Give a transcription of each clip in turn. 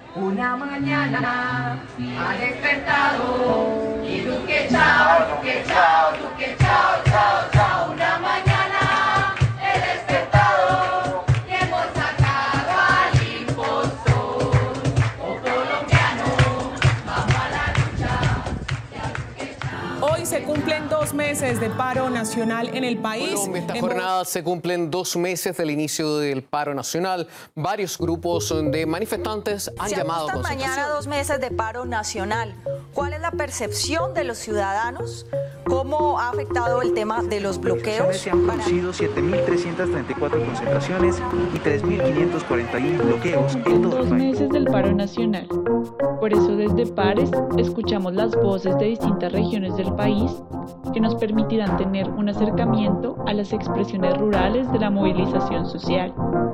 Una mañana ha despertado y Duque chao, Duque chao, Duque chao, chao, chao. Una mañana he despertado y hemos sacado al impostor. Oh colombiano, vamos a la lucha. Hoy se cumplen 2 meses de paro nacional en el país. Colombia, esta jornada se cumplen 2 meses del inicio del paro nacional. Varios grupos de manifestantes han llamado a concentración. Mañana 2 meses de paro nacional. ¿Cuál es la percepción de los ciudadanos? ¿Cómo ha afectado el tema de los bloqueos? Se han producido 7.334 concentraciones y 3.541 bloqueos en todo el país. 2 meses del paro nacional. Por eso desde Pares escuchamos las voces de distintas regiones del país que nos permitirán tener un acercamiento a las expresiones rurales de la movilización social.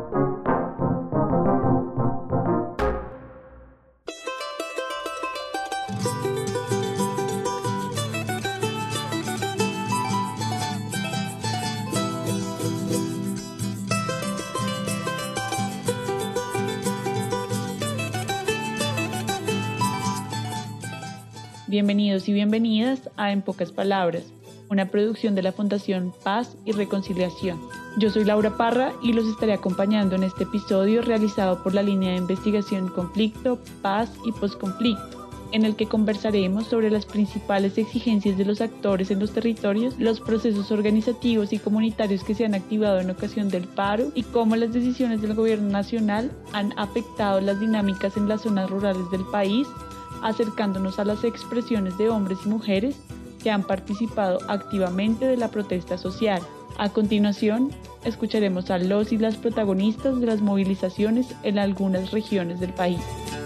Bienvenidos y bienvenidas a En Pocas Palabras, una producción de la Fundación Paz y Reconciliación. Yo soy Laura Parra y los estaré acompañando en este episodio realizado por la línea de investigación Conflicto, Paz y Postconflicto, en el que conversaremos sobre las principales exigencias de los actores en los territorios, los procesos organizativos y comunitarios que se han activado en ocasión del paro y cómo las decisiones del gobierno nacional han afectado las dinámicas en las zonas rurales del país, acercándonos a las expresiones de hombres y mujeres que han participado activamente de la protesta social. A continuación, escucharemos a los y las protagonistas de las movilizaciones en algunas regiones del país.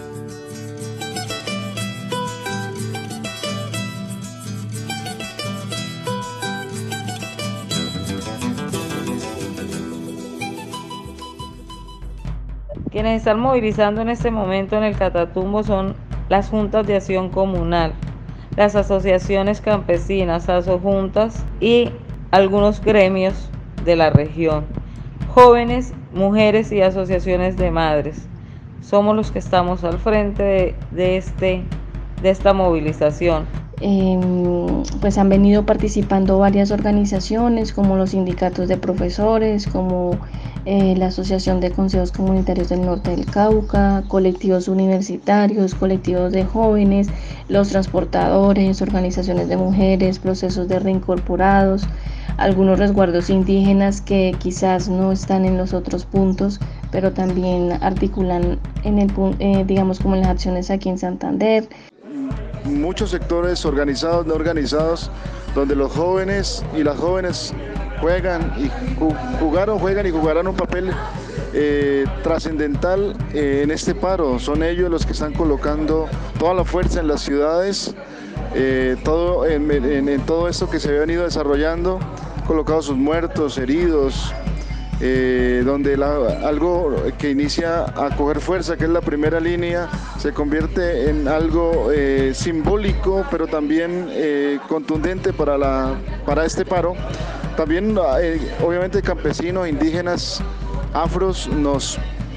Quienes están movilizando en este momento en el Catatumbo son las juntas de acción comunal, las asociaciones campesinas, asojuntas y algunos gremios de la región. Jóvenes, mujeres y asociaciones de madres. Somos los que estamos al frente de esta movilización. Pues han venido participando varias organizaciones como los sindicatos de profesores, como la Asociación de Consejos Comunitarios del Norte del Cauca, colectivos universitarios, colectivos de jóvenes, los transportadores, organizaciones de mujeres, procesos de reincorporados, algunos resguardos indígenas que quizás no están en los otros puntos, pero también articulan digamos como en las acciones aquí en Santander. Muchos sectores organizados, no organizados, donde los jóvenes y las jóvenes juegan y jugarán un papel trascendental en este paro. Son ellos los que están colocando toda la fuerza en las ciudades, en todo esto que se ha venido desarrollando, colocados sus muertos, heridos, donde algo que inicia a coger fuerza, que es la primera línea, se convierte en algo simbólico, pero también contundente para este paro. También, obviamente, campesinos, indígenas, afros, nos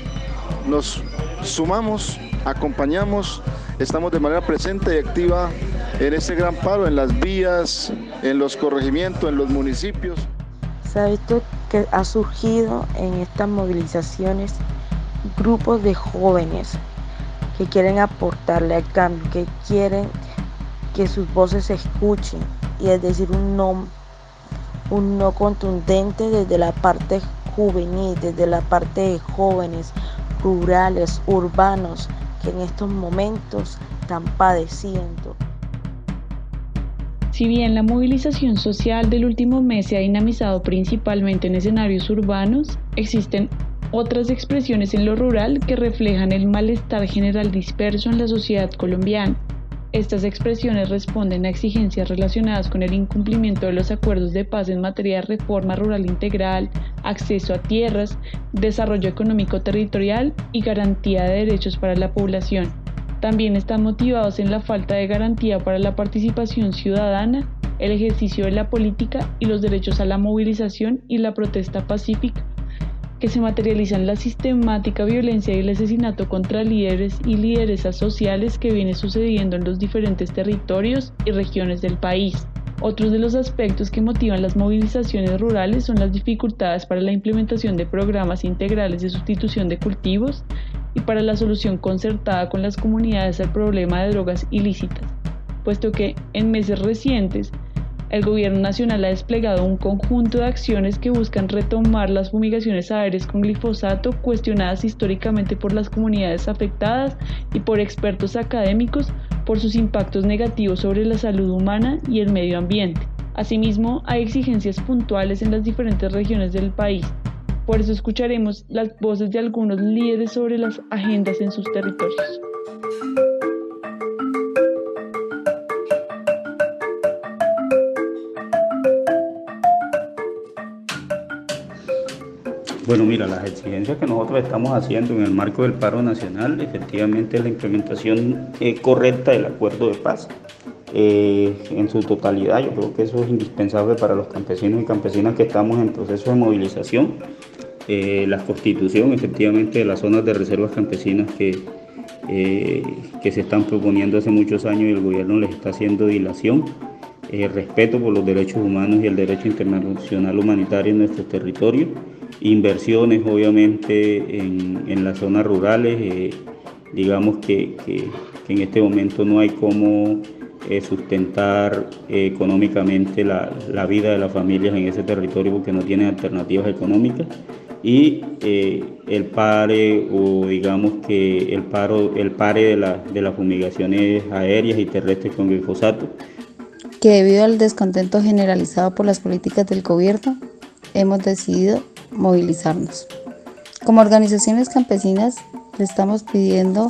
sumamos, acompañamos, estamos de manera presente y activa en este gran paro, en las vías, en los corregimientos, en los municipios. Se ha visto que ha surgido en estas movilizaciones grupos de jóvenes que quieren aportarle al cambio, que quieren que sus voces se escuchen, y es decir, un no contundente desde la parte juvenil, desde la parte de jóvenes, rurales, urbanos, que en estos momentos están padeciendo. Si bien la movilización social del último mes se ha dinamizado principalmente en escenarios urbanos, existen otras expresiones en lo rural que reflejan el malestar general disperso en la sociedad colombiana. Estas expresiones responden a exigencias relacionadas con el incumplimiento de los acuerdos de paz en materia de reforma rural integral, acceso a tierras, desarrollo económico territorial y garantía de derechos para la población. También están motivados en la falta de garantía para la participación ciudadana, el ejercicio de la política y los derechos a la movilización y la protesta pacífica, que se materializan la sistemática violencia y el asesinato contra líderes y lideresas sociales que viene sucediendo en los diferentes territorios y regiones del país. Otros de los aspectos que motivan las movilizaciones rurales son las dificultades para la implementación de programas integrales de sustitución de cultivos y para la solución concertada con las comunidades al problema de drogas ilícitas, puesto que en meses recientes el Gobierno Nacional ha desplegado un conjunto de acciones que buscan retomar las fumigaciones aéreas con glifosato cuestionadas históricamente por las comunidades afectadas y por expertos académicos por sus impactos negativos sobre la salud humana y el medio ambiente. Asimismo, hay exigencias puntuales en las diferentes regiones del país. Por eso escucharemos las voces de algunos líderes sobre las agendas en sus territorios. Bueno, mira, las exigencias que nosotros estamos haciendo en el marco del paro nacional, efectivamente es la implementación correcta del acuerdo de paz en su totalidad. Yo creo que eso es indispensable para los campesinos y campesinas que estamos en proceso de movilización. La constitución, efectivamente, de las zonas de reservas campesinas que se están proponiendo hace muchos años y el gobierno les está haciendo dilación. Respeto por los derechos humanos y el derecho internacional humanitario en nuestros territorios. Inversiones obviamente en las zonas rurales, digamos que en este momento no hay cómo sustentar económicamente la vida de las familias en ese territorio porque no tienen alternativas económicas y el pare o digamos que el pare de las fumigaciones aéreas y terrestres con glifosato. Que debido al descontento generalizado por las políticas del gobierno, hemos decidido movilizarnos. Como organizaciones campesinas le estamos pidiendo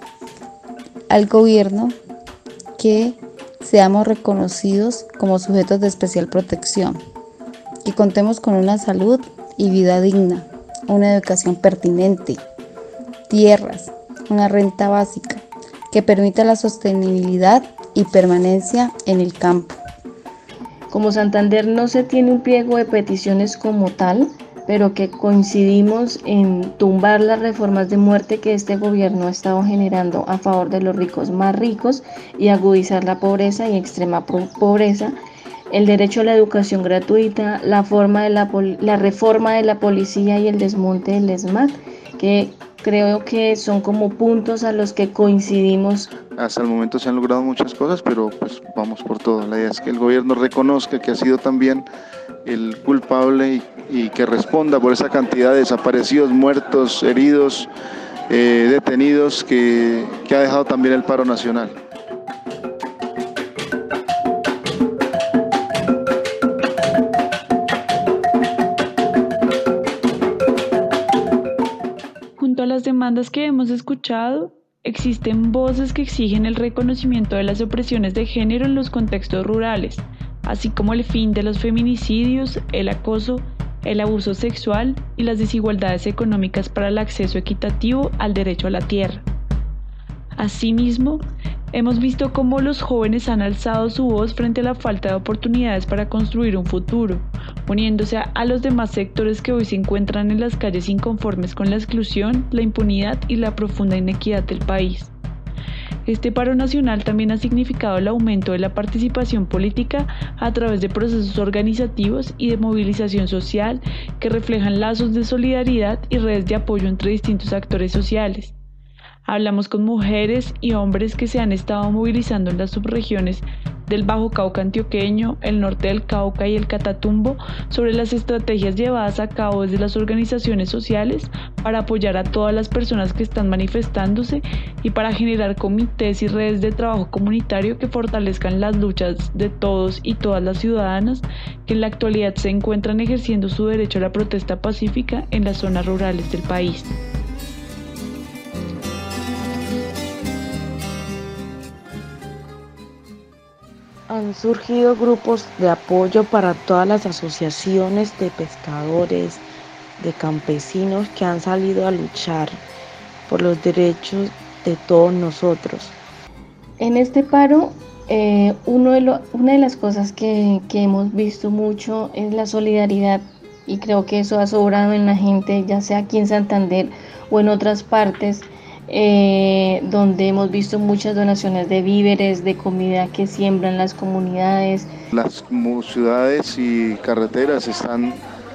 al gobierno que seamos reconocidos como sujetos de especial protección, que contemos con una salud y vida digna, una educación pertinente, tierras, una renta básica que permita la sostenibilidad y permanencia en el campo. Como Santander no se tiene un pliego de peticiones como tal, pero que coincidimos en tumbar las reformas de muerte que este gobierno ha estado generando a favor de los ricos más ricos y agudizar la pobreza y extrema pobreza, el derecho a la educación gratuita, la reforma de la policía y el desmonte del ESMAD, que creo que son como puntos a los que coincidimos. Hasta el momento se han logrado muchas cosas, pero pues vamos por todo. La idea es que el gobierno reconozca que ha sido también el culpable y que responda por esa cantidad de desaparecidos, muertos, heridos, detenidos que ha dejado también el paro nacional. Junto a las demandas que hemos escuchado, existen voces que exigen el reconocimiento de las opresiones de género en los contextos rurales, así como el fin de los feminicidios, el acoso, el abuso sexual y las desigualdades económicas para el acceso equitativo al derecho a la tierra. Asimismo, hemos visto cómo los jóvenes han alzado su voz frente a la falta de oportunidades para construir un futuro, poniéndose a los demás sectores que hoy se encuentran en las calles inconformes con la exclusión, la impunidad y la profunda inequidad del país. Este paro nacional también ha significado el aumento de la participación política a través de procesos organizativos y de movilización social que reflejan lazos de solidaridad y redes de apoyo entre distintos actores sociales. Hablamos con mujeres y hombres que se han estado movilizando en las subregiones del Bajo Cauca antioqueño, el norte del Cauca y el Catatumbo sobre las estrategias llevadas a cabo desde las organizaciones sociales para apoyar a todas las personas que están manifestándose y para generar comités y redes de trabajo comunitario que fortalezcan las luchas de todos y todas las ciudadanas que en la actualidad se encuentran ejerciendo su derecho a la protesta pacífica en las zonas rurales del país. Han surgido grupos de apoyo para todas las asociaciones de pescadores, de campesinos que han salido a luchar por los derechos de todos nosotros. En este paro, una de las cosas que hemos visto mucho es la solidaridad y creo que eso ha sobrado en la gente, ya sea aquí en Santander o en otras partes, donde hemos visto muchas donaciones de víveres, de comida que siembran las comunidades. Las ciudades y carreteras están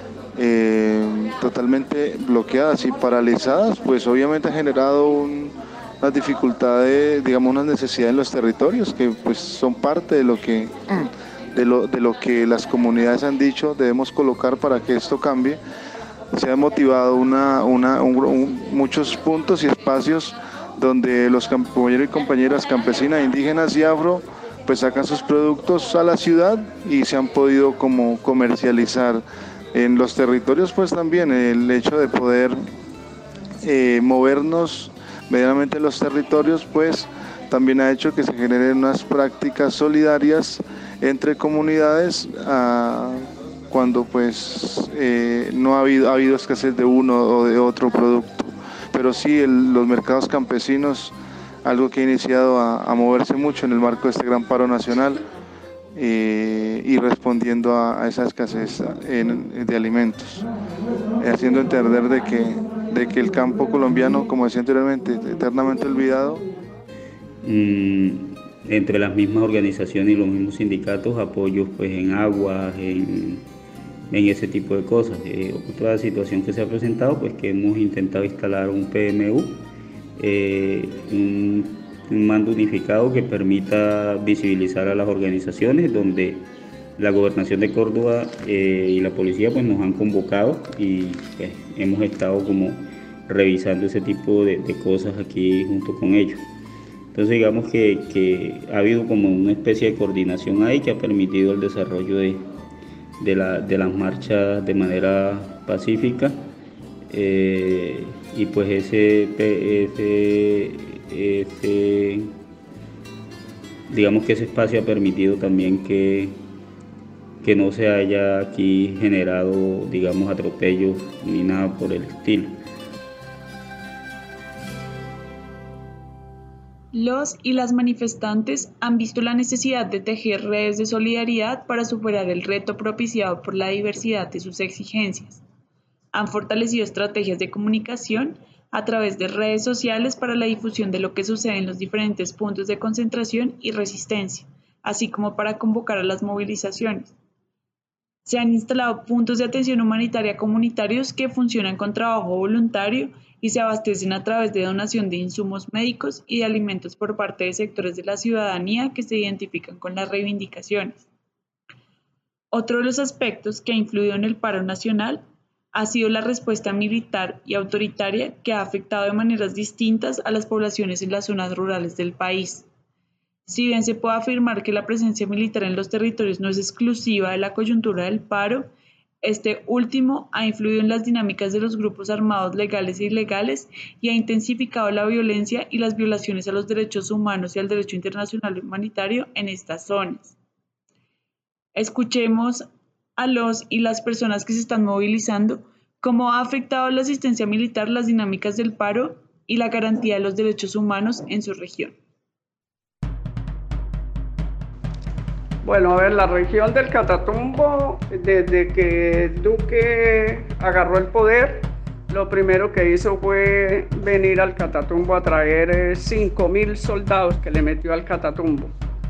totalmente bloqueadas y paralizadas, pues obviamente ha generado unas dificultades, digamos, unas necesidades en los territorios que pues son parte de lo que las comunidades han dicho debemos colocar para que esto cambie. Se ha motivado muchos puntos y espacios donde los compañeros y compañeras campesinas, indígenas y afro pues sacan sus productos a la ciudad y se han podido como comercializar. En los territorios pues también el hecho de poder movernos medianamente en los territorios pues también ha hecho que se generen unas prácticas solidarias entre comunidades cuando pues no ha habido escasez de uno o de otro producto. Pero sí los mercados campesinos, algo que ha iniciado a moverse mucho en el marco de este gran paro nacional y respondiendo a esa escasez de alimentos, haciendo entender de que el campo colombiano, como decía anteriormente, eternamente olvidado. Entre las mismas organizaciones y los mismos sindicatos, apoyos pues en aguas, en ese tipo de cosas. Otra situación que se ha presentado, pues que hemos intentado instalar un PMU, un mando unificado que permita visibilizar a las organizaciones, donde la Gobernación de Córdoba y la policía pues nos han convocado y pues, hemos estado como revisando ese tipo de cosas aquí junto con ellos. Entonces digamos que ha habido como una especie de coordinación ahí que ha permitido el desarrollo de las marchas de manera pacífica y pues digamos que ese espacio ha permitido también que no se haya aquí generado, digamos, atropellos ni nada por el estilo. Los y las manifestantes han visto la necesidad de tejer redes de solidaridad para superar el reto propiciado por la diversidad de sus exigencias. Han fortalecido estrategias de comunicación a través de redes sociales para la difusión de lo que sucede en los diferentes puntos de concentración y resistencia, así como para convocar a las movilizaciones. Se han instalado puntos de atención humanitaria comunitarios que funcionan con trabajo voluntario y se abastecen a través de donación de insumos médicos y de alimentos por parte de sectores de la ciudadanía que se identifican con las reivindicaciones. Otro de los aspectos que ha influido en el paro nacional ha sido la respuesta militar y autoritaria que ha afectado de maneras distintas a las poblaciones en las zonas rurales del país. Si bien se puede afirmar que la presencia militar en los territorios no es exclusiva de la coyuntura del paro, este último ha influido en las dinámicas de los grupos armados legales e ilegales y ha intensificado la violencia y las violaciones a los derechos humanos y al derecho internacional humanitario en estas zonas. Escuchemos a los y las personas que se están movilizando cómo ha afectado la asistencia militar las dinámicas del paro y la garantía de los derechos humanos en su región. Bueno, a ver, la región del Catatumbo, desde que Duque agarró el poder, lo primero que hizo fue venir al Catatumbo a traer 5.000 soldados que le metió al Catatumbo.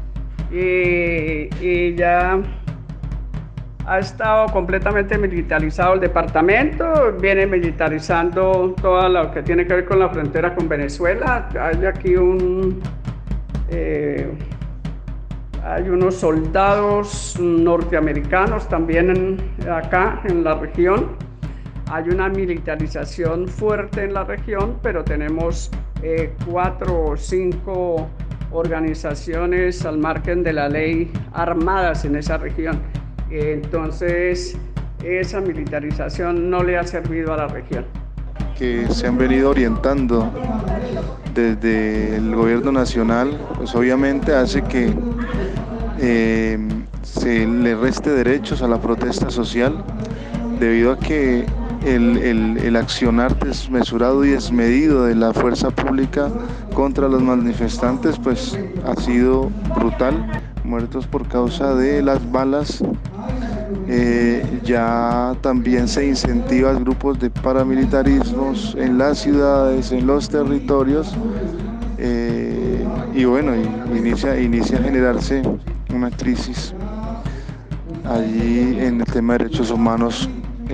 Y ya ha estado completamente militarizado el departamento, viene militarizando todo lo que tiene que ver con la frontera con Venezuela. Hay aquí hay unos soldados norteamericanos también acá en la región. Hay una militarización fuerte en la región, pero tenemos 4 o 5 organizaciones al margen de la ley armadas en esa región. Entonces, esa militarización no le ha servido a la región. Que se han venido orientando desde el gobierno nacional, pues obviamente hace que se le reste derechos a la protesta social, debido a que el accionar desmesurado y desmedido de la fuerza pública contra los manifestantes pues ha sido brutal. Muertos por causa de las balas Ya también se incentiva grupos de paramilitarismos en las ciudades, en los territorios, y bueno, inicia a generarse una crisis allí en el tema de derechos humanos,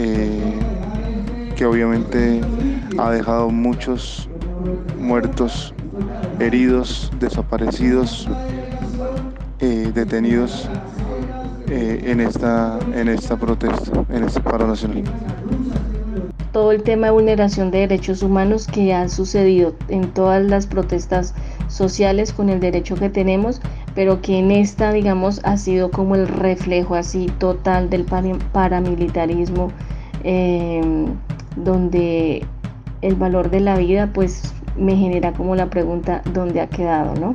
que obviamente ha dejado muchos muertos, heridos, desaparecidos, detenidos en esta protesta, en este paro nacional. Todo el tema de vulneración de derechos humanos que ha sucedido en todas las protestas sociales con el derecho que tenemos, pero que en esta, digamos, ha sido como el reflejo así total del paramilitarismo, donde el valor de la vida pues me genera como la pregunta ¿dónde ha quedado?, ¿no?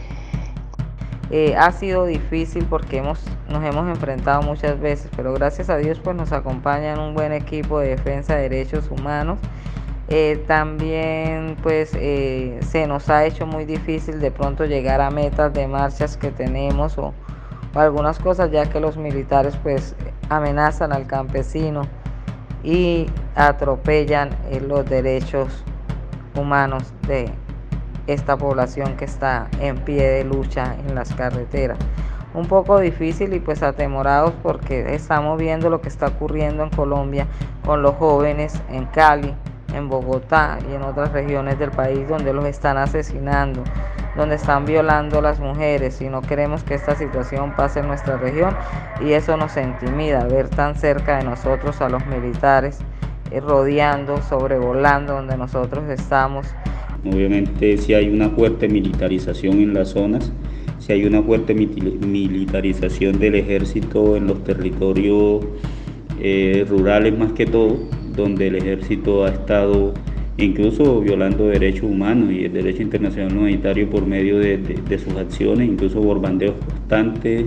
Ha sido difícil porque nos hemos enfrentado muchas veces, pero gracias a Dios pues nos acompañan un buen equipo de defensa de derechos humanos. También pues se nos ha hecho muy difícil de pronto llegar a metas de marchas que tenemos o algunas cosas, ya que los militares pues amenazan al campesino y atropellan los derechos humanos de esta población que está en pie de lucha en las carreteras. Un poco difícil y pues atemorados porque estamos viendo lo que está ocurriendo en Colombia con los jóvenes en Cali, en Bogotá y en otras regiones del país donde los están asesinando, donde están violando a las mujeres, y no queremos que esta situación pase en nuestra región, y eso nos intimida, ver tan cerca de nosotros a los militares rodeando, sobrevolando donde nosotros estamos. Obviamente si hay una fuerte militarización en las zonas, si hay una fuerte militarización del ejército en los territorios rurales más que todo, donde el ejército ha estado incluso violando derechos humanos y el derecho internacional humanitario por medio de sus acciones, incluso bombardeos constantes,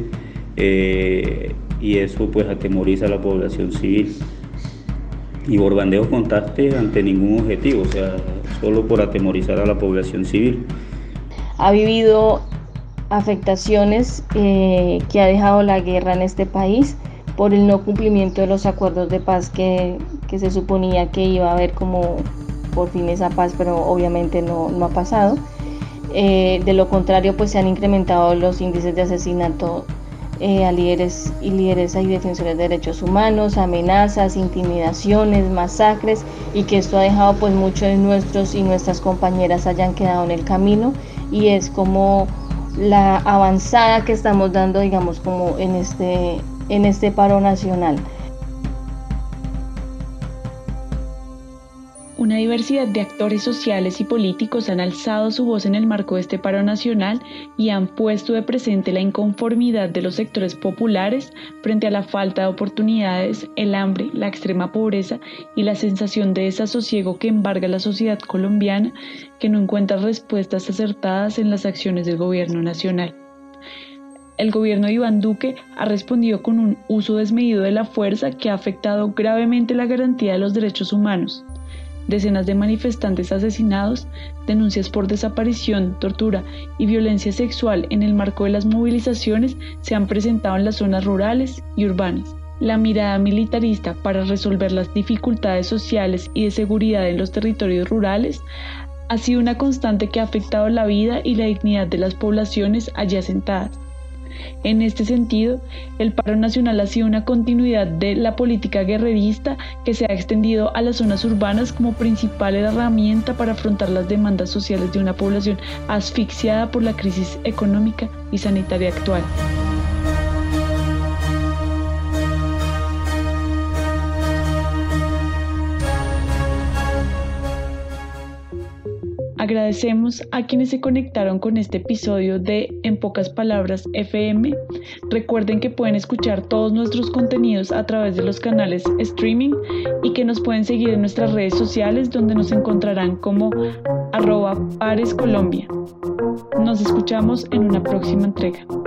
y eso pues atemoriza a la población civil. Y bombardeos constantes ante ningún objetivo, o sea, solo por atemorizar a la población civil. Ha vivido afectaciones que ha dejado la guerra en este país por el no cumplimiento de los acuerdos de paz que se suponía que iba a haber como por fin esa paz, pero obviamente no ha pasado. De lo contrario, pues se han incrementado los índices de asesinato a líderes y lideresas y defensores de derechos humanos, amenazas, intimidaciones, masacres, y que esto ha dejado pues muchos de nuestros y nuestras compañeras hayan quedado en el camino, y es como la avanzada que estamos dando, digamos, como en este paro nacional. Una diversidad de actores sociales y políticos han alzado su voz en el marco de este paro nacional y han puesto de presente la inconformidad de los sectores populares frente a la falta de oportunidades, el hambre, la extrema pobreza y la sensación de desasosiego que embarga a la sociedad colombiana, que no encuentra respuestas acertadas en las acciones del gobierno nacional. El gobierno de Iván Duque ha respondido con un uso desmedido de la fuerza que ha afectado gravemente la garantía de los derechos humanos. Decenas de manifestantes asesinados, denuncias por desaparición, tortura y violencia sexual en el marco de las movilizaciones se han presentado en las zonas rurales y urbanas. La mirada militarista para resolver las dificultades sociales y de seguridad en los territorios rurales ha sido una constante que ha afectado la vida y la dignidad de las poblaciones allí asentadas. En este sentido, el paro nacional ha sido una continuidad de la política guerrerista que se ha extendido a las zonas urbanas como principal herramienta para afrontar las demandas sociales de una población asfixiada por la crisis económica y sanitaria actual. Agradecemos a quienes se conectaron con este episodio de En Pocas Palabras FM. Recuerden que pueden escuchar todos nuestros contenidos a través de los canales streaming y que nos pueden seguir en nuestras redes sociales, donde nos encontrarán como @parescolombia. Nos escuchamos en una próxima entrega.